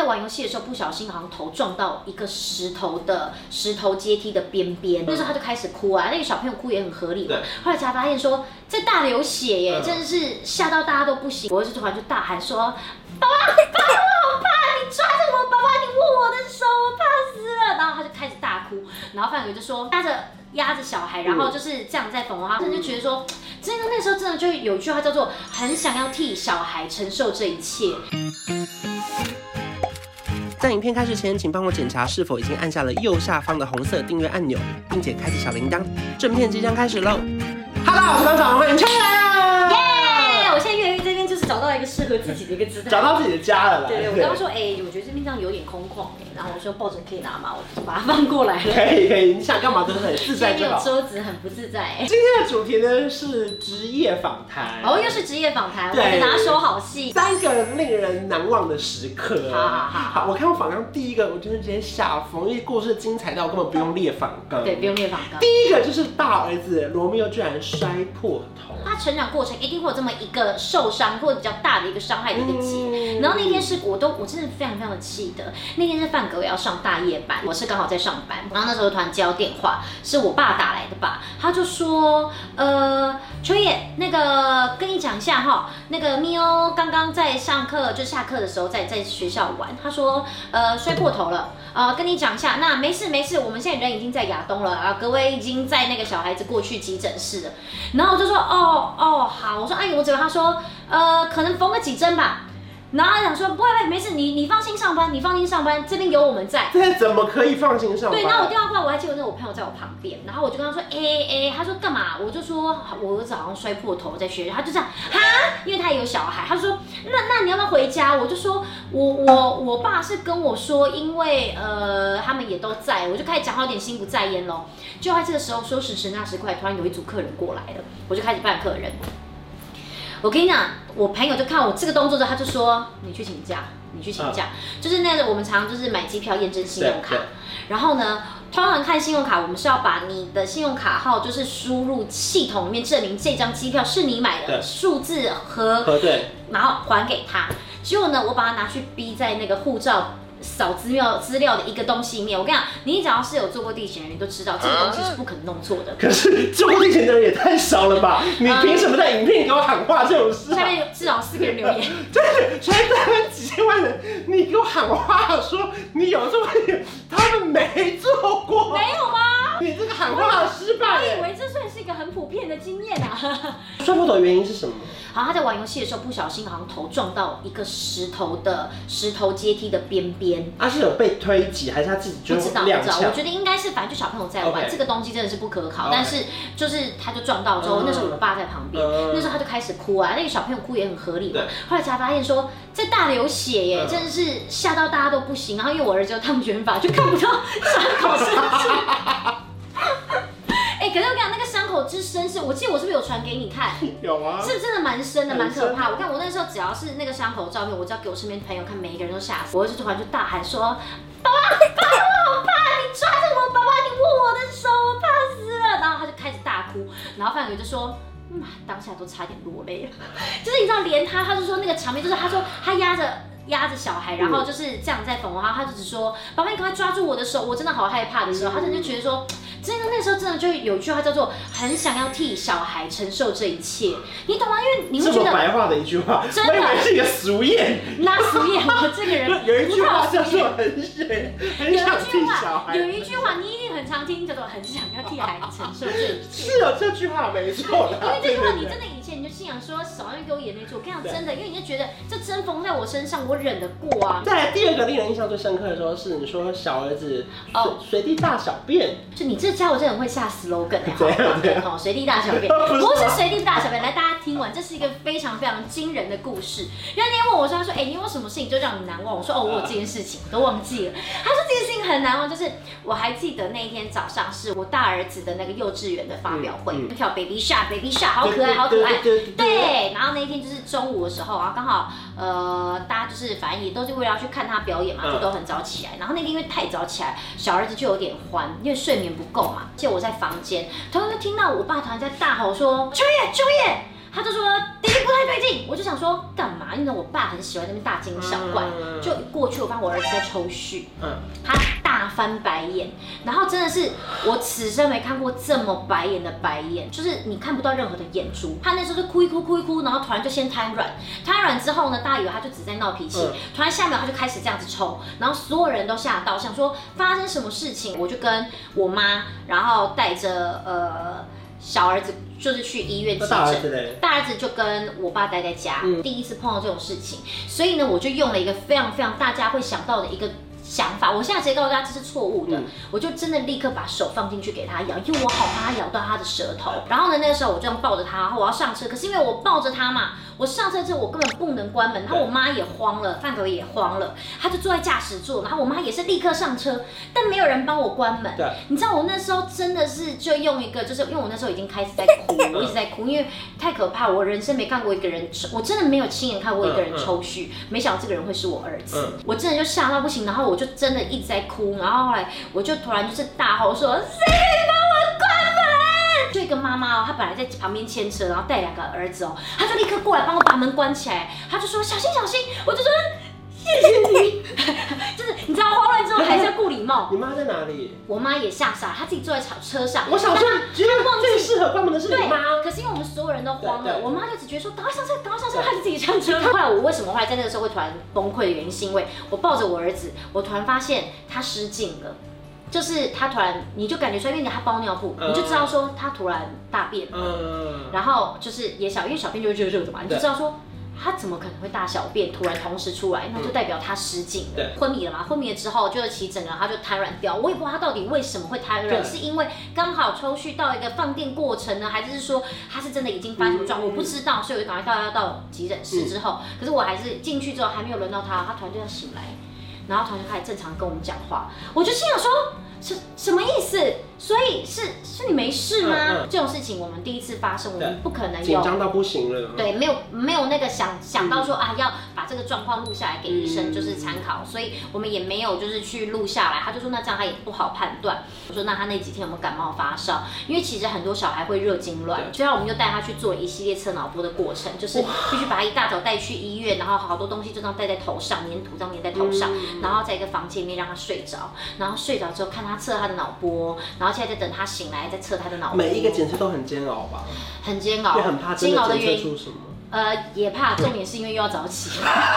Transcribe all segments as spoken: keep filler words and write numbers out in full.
玩游戏的时候不小心好像头撞到一个石头的石头阶梯的边边，那时候他就开始哭啊，那个小朋友哭也很合理嘛。后来才发现说这大流血耶，真的是吓到大家都不行。我儿子突然就大喊说：“爸爸，爸爸，我好怕，你抓着我，爸爸，你握我的手，我怕死了。”然后他就开始大哭，然后范伟就说压着压着小孩，然后就是这样在讽刺他，真的就觉得说，真的那时候真的就有一句话叫做很想要替小孩承受这一切。 在影片开始前，请帮我检查是否已经按下了右下方的红色订阅按钮，并且开启小铃铛。正片即将开始喽 ！Hello， 我是班长，欢迎秋来。 耶！我现在越来越这边就是找到一个适合自己的一个姿态， 找到自己的家了啦。 对，我刚刚说，哎、欸，我觉得这边这样有点空旷哎，然后我说抱枕可以拿吗？我就把它放过来了。 可以可以，你想干嘛都很自在就好。 今天有桌子很不自在哎。 今天的主题呢是职业访谈。 哦，又是职业访谈，我的拿手好戏。 三个令人难忘的时刻。 好好好。 好，我看过访纲第一个，我就是直接吓疯，因为故事精彩到我根本不用列访纲。 对，不用列访纲。 第一个就是大儿子罗密欧居然摔破头。 他成长过程一定会有这么一个受伤或者比较大的一个伤害的一个结。嗯、然后那天是我都我真的非常非常的气的。那天是范格要上大夜班，我是刚好在上班，然后那时候突然接到电话，是我爸打来的吧？他就说，呃，秋叶，那个跟你讲一下哈，那个咪欧刚刚在上课，就下课的时候在在学校玩，他说，呃，摔破头了，呃，跟你讲一下，那没事没事，我们现在人已经在亚东了啊，各位已经在那个小孩子过去急诊室了。然后我就说，哦哦好，我说阿姨我怎么？他说，呃，可能缝个几针吧。然后他想说不会不会没事，你你放心上班，你放心上班，这边有我们在。 这怎么可以放心上班？ 对，然后我电话过来，我还记得那我朋友在我旁边，然后我就跟他说，哎、欸、哎、欸，他说干嘛？我就说我儿子好像摔破头在学校，他就这样哈，因为他也有小孩，他就说那那你要不要回家？我就说我我我爸是跟我说，因为呃他们也都在，我就开始讲话有点心不在焉咯。就在这个时候，说时迟那时快，突然有一组客人过来了，我就开始扮客人。我跟你讲，我朋友就看我这个动作之后，他就说：“你去请假，你去请假。嗯”就是那个我们常常就是买机票验证信用卡，然后呢，通常看信用卡，我们是要把你的信用卡号就是输入系统里面，证明这张机票是你买的，数字核核对，然后还给他。结果呢，我把它拿去逼在那个护照扫资料资料的一个东西里面，我跟你讲，你只要是有做过地勤的人，你都知道这个东西是不可能弄错的。 可是做过地勤的人也太少了吧？你凭什么在影片给我喊话这种事、啊？ 下面至少四个人留言， 对，全台湾几千万人，你给我喊话说你有这么点，他们没做过， 没有吗？ 你这个喊话失败， 我以为这算是一个很普遍的经验啊。 摔破头的原因是什么？ 好，他在玩游戏的时候不小心好像头撞到一个石头的石头阶梯的边边。 他、啊、是有被推挤，还是他自己就不知道？不知道。我觉得应该是，反正就小朋友在玩， okay. 这个东西真的是不可考。Okay. 但是就是他就撞到之后，嗯、那时候我爸在旁边，嗯、那时候他就开始哭啊，那个小朋友哭也很合理嘛。后来才发现说这大流血耶，嗯、真的是吓到大家都不行。然后因为我儿子有烫卷发，就看不到伤口深处。哎、欸，可是我跟你讲，那个伤口之深是，我记得我是不是有传给你看？ 有啊， 是真的蛮深的，蛮可怕。我看我那时候只要是那个伤口的照片，我只要给我身边朋友看，每一个人都吓死。我儿子突然就大喊说：“爸爸，爸爸，我好怕，你抓着我，爸爸，你握我的手，我怕死了。”然后他就开始大哭，然后范伟就说。嗯，当下都差点落泪了，就是你知道，连他，他就说那个场面，就是他说他压着压着小孩，然后就是这样在讽他，他就只说：“爸爸，你赶快抓住我的手，我真的好害怕。”的时候，他真的就觉得说，真的那时候真的就有一句话叫做“很想要替小孩承受这一切”，你懂吗？因为你会觉得这么白话的一句话，真的，我以为是一个俗谚。 那俗谚，我这个人有一句话叫做“很想很想替小孩”， 有一句话你一定很常听，叫做“很想要替孩子承受这一切”。 是哦，这句话没错的。 因为这句话你真的以前你就心想说，少要给我眼泪做，我跟你讲真的，因为你就觉得这针缝在我身上，我忍得过啊。 再来第二个令人印象最深刻的时候是你说小儿子哦随地大小便， 就你这家伙真的很会下 slogan 哎，好好，随地大小便，不是随地大小便，来大家听完，这是一个非常非常惊人的故事。因为那天问我说，他说，哎、欸，你有什么事情就让你难忘？我说，哦，我有这件事情，我都忘记了。他说这件事情很难忘，就是我还记得那一天早上是我大儿子的那个幼稚园的发表会，嗯嗯、跳 Baby Shark，Baby Shark， 好可爱，好可爱。对，然后那一天就是中午的时候，然后刚好呃大家就是反正也都是为了要去看他表演嘛，就都很早起来。然后那天因为太早起来，小儿子就有点欢，因为睡眠不够嘛。而且我在房间，突然就听到我爸突然在大吼说：“秋叶，秋叶！”他就说：“弟弟， 哎不太对劲，我就想说干嘛？因为我爸很喜欢那边大惊小怪，嗯、就过去我发现我儿子在抽搐，嗯，他大翻白眼，然后真的是我此生没看过这么白眼的白眼，就是你看不到任何的眼珠。他那时候就哭一哭哭一哭，然后突然就先瘫软，瘫软之后呢，大家以为他就只在闹脾气，嗯、突然下一秒他就开始这样子抽，然后所有人都吓到，想说发生什么事情，我就跟我妈，然后带着呃小儿子。就是去医院急诊，大儿子就跟我爸待在家，嗯、第一次碰到这种事情，所以呢，我就用了一个非常非常大家会想到的一个想法，我现在直接告诉大家这是错误的，嗯、我就真的立刻把手放进去给他咬，因为我好怕他咬到他的舌头。然后呢，那个时候我就这样抱着他，然后我要上车，可是因为我抱着他嘛，我上车之后我根本不能关门，然后我妈也慌了，范可也慌了，他就坐在驾驶座，然后我妈也是立刻上车，但没有人帮我关门。你知道我那时候真的是就用一个，就是因为我那时候已经开始在哭，我一直在哭，因为太可怕，我人生没看过一个人，我真的没有亲眼看过一个人抽搐，没想到这个人会是我儿子，我真的就吓到不行，然后我就真的一直在哭，然后后来我就突然就是大吼说：“谁可以帮我关门？”就一个妈妈哦，她本来在旁边牵车，然后带两个儿子哦，她就立刻过来帮我把门关起来，她就说：“小心小心！”我就说：“谢谢你。”就是你知道慌乱之后还是要顾礼貌。 你妈在哪里？ 我妈也吓傻，她自己坐在车上。 我小时候觉得最适合关门的是你妈， 可是因为我们所有人都慌了，我妈就只觉得说：“赶快上车，赶快上车！”她就自己上车。后来我为什么后来在那个时候会突然崩溃的原因，是因为我抱着我儿子，我突然发现他失禁了。就是他突然，你就感觉出来，因为他包尿布，你就知道说他突然大便了，嗯、然后就是也小，因为小便就会热热的嘛，你就知道说他怎么可能会大小便突然同时出来，那就代表他失禁了，昏迷了嘛。昏迷了之后，就是其整个人他就瘫软掉。我也不知道他到底为什么会瘫软，是因为刚好抽搐到一个放电过程呢，还是说他是真的已经发生什么状况？我不知道，所以我就赶快带他到急诊室之后，可是我还是进去之后还没有轮到他，他突然就要醒来。然后突然就开始正常跟我们讲话，我就心想说，什什么意思？所以是是你没事吗？嗯嗯、这种事情我们第一次发生，我们不可能有紧张到不行了。 对，没有没有那个想想到说啊，要把这个状况录下来给医生就是参考，所以我们也没有就是去录下来。他就说那这样他也不好判断。我说那他那几天有没有感冒发烧？因为其实很多小孩会热痉挛，所以我们就带他去做一系列测脑波的过程，就是必须把他一大早带去医院，然后好多东西就这样戴在头上，粘土这样粘在头上，嗯、然后在一个房间里面让他睡着，然后睡着之后看他测他的脑波，然后现在在等他醒来再测他的脑波。 每一个检测都很煎熬吧？ 很煎熬， 也很怕真的检测出什么。 呃，也怕，重点是因为又要早起。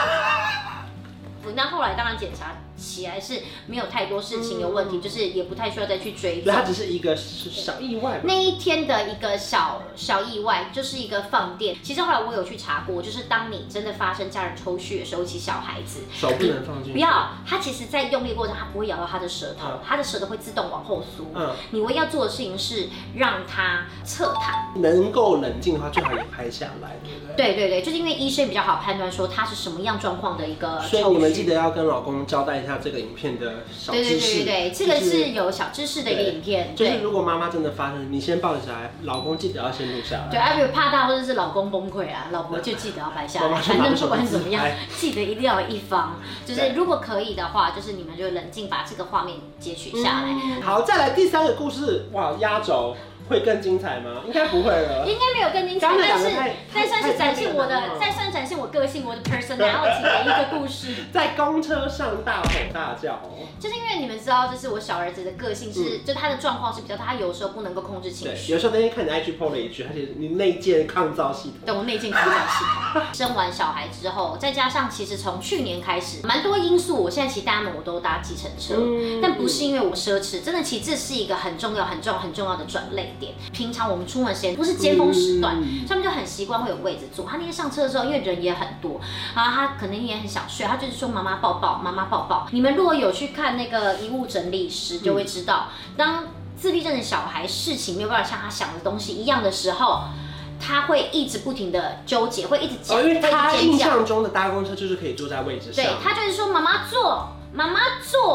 那后来当然检查起来是没有太多事情有问题，嗯、就是也不太需要再去追踪。 它只是一个小意外。 那一天的一个小小意外，就是一个放电。其实后来我有去查过，就是当你真的发生家人抽搐的时候，其实小孩子手不能放进去。 不要，他其实在用力过程，他不会咬到他的舌头，嗯、他的舌头会自动往后缩。嗯、你唯一要做的事情是让他侧躺。 能够冷静的话，最好也拍下来，对不对？ 对对对，就是因为医生比较好判断说他是什么样状况的一个抽搐。 所以你们记得要跟老公交代一下这个影片的小知识。 对对对对，这个是有小知识的一个影片。 就是如果妈妈真的发生，你先抱着小孩，老公记得要先录下来。 对，而且怕到或者是老公崩溃啊，老婆就记得要拍下来。反正不管怎么样，记得一定要有一方，就是如果可以的话，就是你们就冷静把这个画面截取下来。 嗯、好，再来第三个故事，哇，压轴。会更精彩吗？应该不会了， 应该没有更精彩，但是但算是展现我的，再算展现我个性，我的 personality 的一个故事。 在公车上大吼大叫， 就是因为你们知道，就是我小儿子的个性是，嗯、就他的状况是比较，他有时候不能够控制情绪。 有时候那天看你 I G po 了一句，而且你内建抗噪系统。 对，我内建抗噪系统。生完小孩之后，再加上其实从去年开始，蛮多因素，我现在其实大家们我都搭计程车，嗯、但不是因为我奢侈，真的，其实这是一个很重要、很重要、很重要的转捩点。平常我们出门时间不是尖峰时段，嗯、他们就很习惯会有位置坐。他那天上车的时候，因为人也很多，然后他可能也很想睡，他就是说妈妈抱抱，妈妈抱抱。你们如果有去看那个遗物整理师，就会知道，嗯、当自闭症的小孩事情没有办法像他想的东西一样的时候，他会一直不停的纠结，会一直讲， 哦、因为他印象中的搭公车就是可以坐在位置上， 对，他就是说妈妈坐，妈妈坐。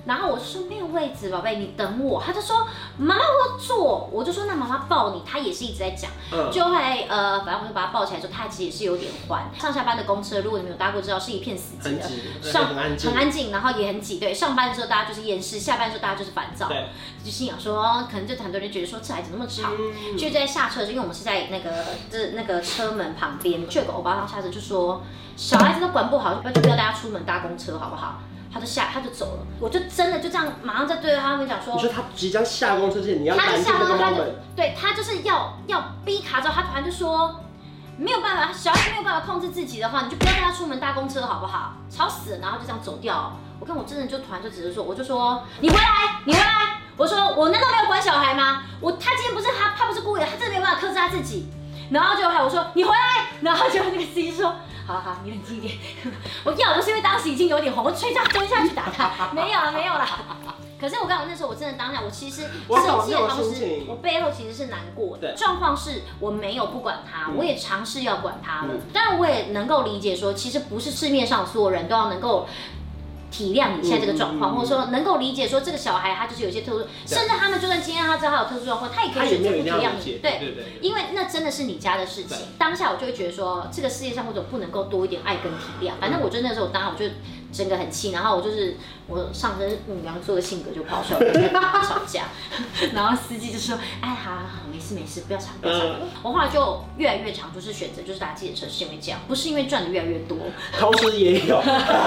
然后我就说没有位置，宝贝，你等我。他就说妈妈我坐，我就说那妈妈抱你。他也是一直在讲，嗯、就后来呃，反正我就把他抱起来之后，他其实也是有点欢。上下班的公车，如果你们有搭过，知道是一片死寂的，上很安静，很安静，然后也很挤。对，上班的时候大家就是厌世，下班的时候大家就是烦躁。对，就心想说，可能就很多人觉得说这孩子那么吵，嗯、就在下车的时候，因为我们是在那个就是那个车门旁边，就有个欧巴桑下车就说，小孩子都管不好，就不要大家出门搭公车好不好？他就下，他就走了，我就真的就这样，马上在对他们讲说， 你说他即将下公车之前，你要拦住那个 moment， 对他就是要要逼卡之后，他突然就说，没有办法，小孩子没有办法控制自己的话，你就不要带他出门搭公车好不好？吵死了，然后就这样走掉。我跟我真的就突然就只是说，我就说你回来，你回来，我说我难道没有管小孩吗？我他今天不是他他不是故意的，他真的没有办法克制他自己。然后就还我说你回来，然后就那个司机说。好好，你冷静一点。我要的是因为当时已经有点红，我吹下蹲下去打他，没有了，没有了。可是我刚刚那时候，我真的当下，我其实生气的同时，我背后其实是难过的。状况是我没有不管他，我也尝试要管他了。当然，我也能够理解说，其实不是市面上所有人都要能够。体谅你现在这个状况，嗯嗯嗯、或者说能够理解说这个小孩他就是有一些特殊，甚至他们就算今天他知道他有特殊状况，他也可以选择不体谅你，对对对，因为那真的是你家的事情。当下我就会觉得说，这个世界上为什么不能够多一点爱跟体谅？反正我就那时候，当然我就整个很气，然后我就是我上身母羊座的性格就跑出来跟他吵架，然后司机就说，哎，好好好，没事没事，不要吵不要吵。嗯、我后来就越来越常就是选择就是搭计程车，是因为这样，不是因为赚的越来越多， 同时也有。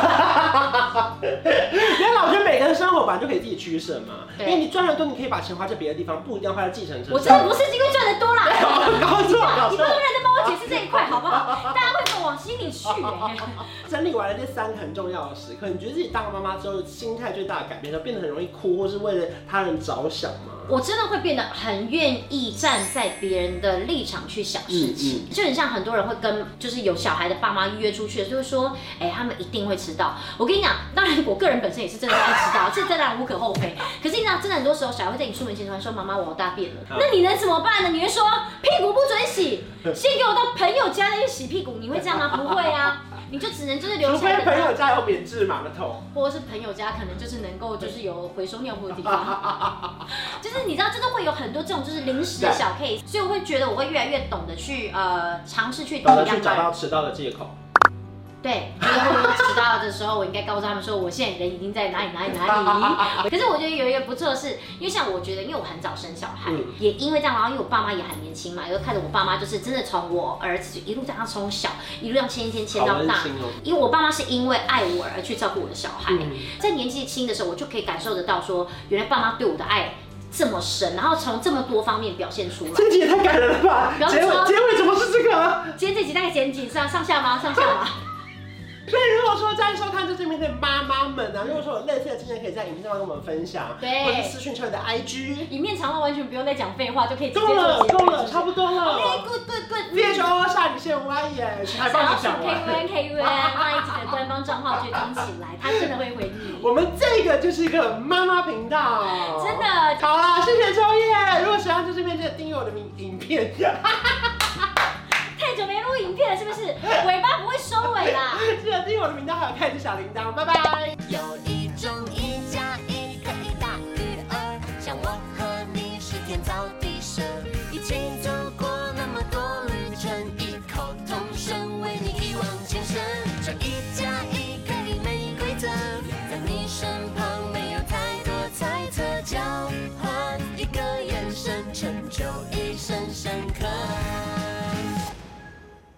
原来我觉得每个人生活本来就可以自己取舍嘛，因为你赚得多，你可以把钱花在别的地方，不一定要花在计程车。 我真的不是因为赚得多啦， 搞错搞错， 你不能认真帮我解释这一块好不好？大家会跟我往心里去、欸。 整理完了这三个很重要的时刻，你觉得自己当了妈妈之后，心态最大的改变，变得很容易哭，或是为了他人着想吗？ 我真的会变得很愿意站在别人的立场去想事情，嗯嗯、就很像很多人会跟就是有小孩的爸妈约出去的，就会说，哎、欸，他们一定会迟到。我跟你讲，当然我个人本身也是真的爱迟到，这当然无可厚非。可是你知道，真的很多时候小孩会在你出门前突然说，妈妈我要大便了，嗯、那你能怎么办呢？你会说屁股不准洗，先给我到朋友家那去洗屁股，你会这样吗？不会啊。你就只能就是留下来， 除非朋友家有免治马桶， 或者是朋友家可能就是能够就是有回收尿布的地方，就是你知道，真的会有很多这种就是临时的小 case， 所以我会觉得我会越来越懂得去呃尝试去体谅， 去找到迟到的借口。 对，就是会不会迟到的时候，我应该告诉他们说，我现在人已经在哪里哪里哪里。可是我觉得有一个不错的是，因为像我觉得，因为我很早生小孩，嗯、也因为这样，然后因为我爸妈也很年轻嘛，又看着我爸妈就是真的从我儿子就一路这样从小一路这样牵一牵牵到大。哦、因为我爸妈是因为爱我而去照顾我的小孩，嗯、在年纪轻的时候，我就可以感受得到说，原来爸妈对我的爱。这么深，然后从这么多方面表现出来， 这集也太感人了吧！结尾结尾怎么是这个？ 今天这集大概剪几上上下吗？上下吗？ 所以如果说在收看这这边的妈妈们啊，如果说有类似的经验，可以在影片上跟我们分享，对，或者是私讯车的 I G， 影片长到完全不用再讲废话，就可以直接够了，够了，差不多了。 OK good good good。 V H O 下底线 Y H， 还帮你讲完。 K U N K U N 那一集的官方账号追踪起来，他真的会回你。 我们这个就是一个妈妈频道， 真的。 好啦，谢谢秋叶。如果喜欢这边，记得订阅我的影片。 太久没录影片了，是不是？尾巴不会收尾啦。 记得订阅我的频道，还有开启小铃铛，拜拜。 有一种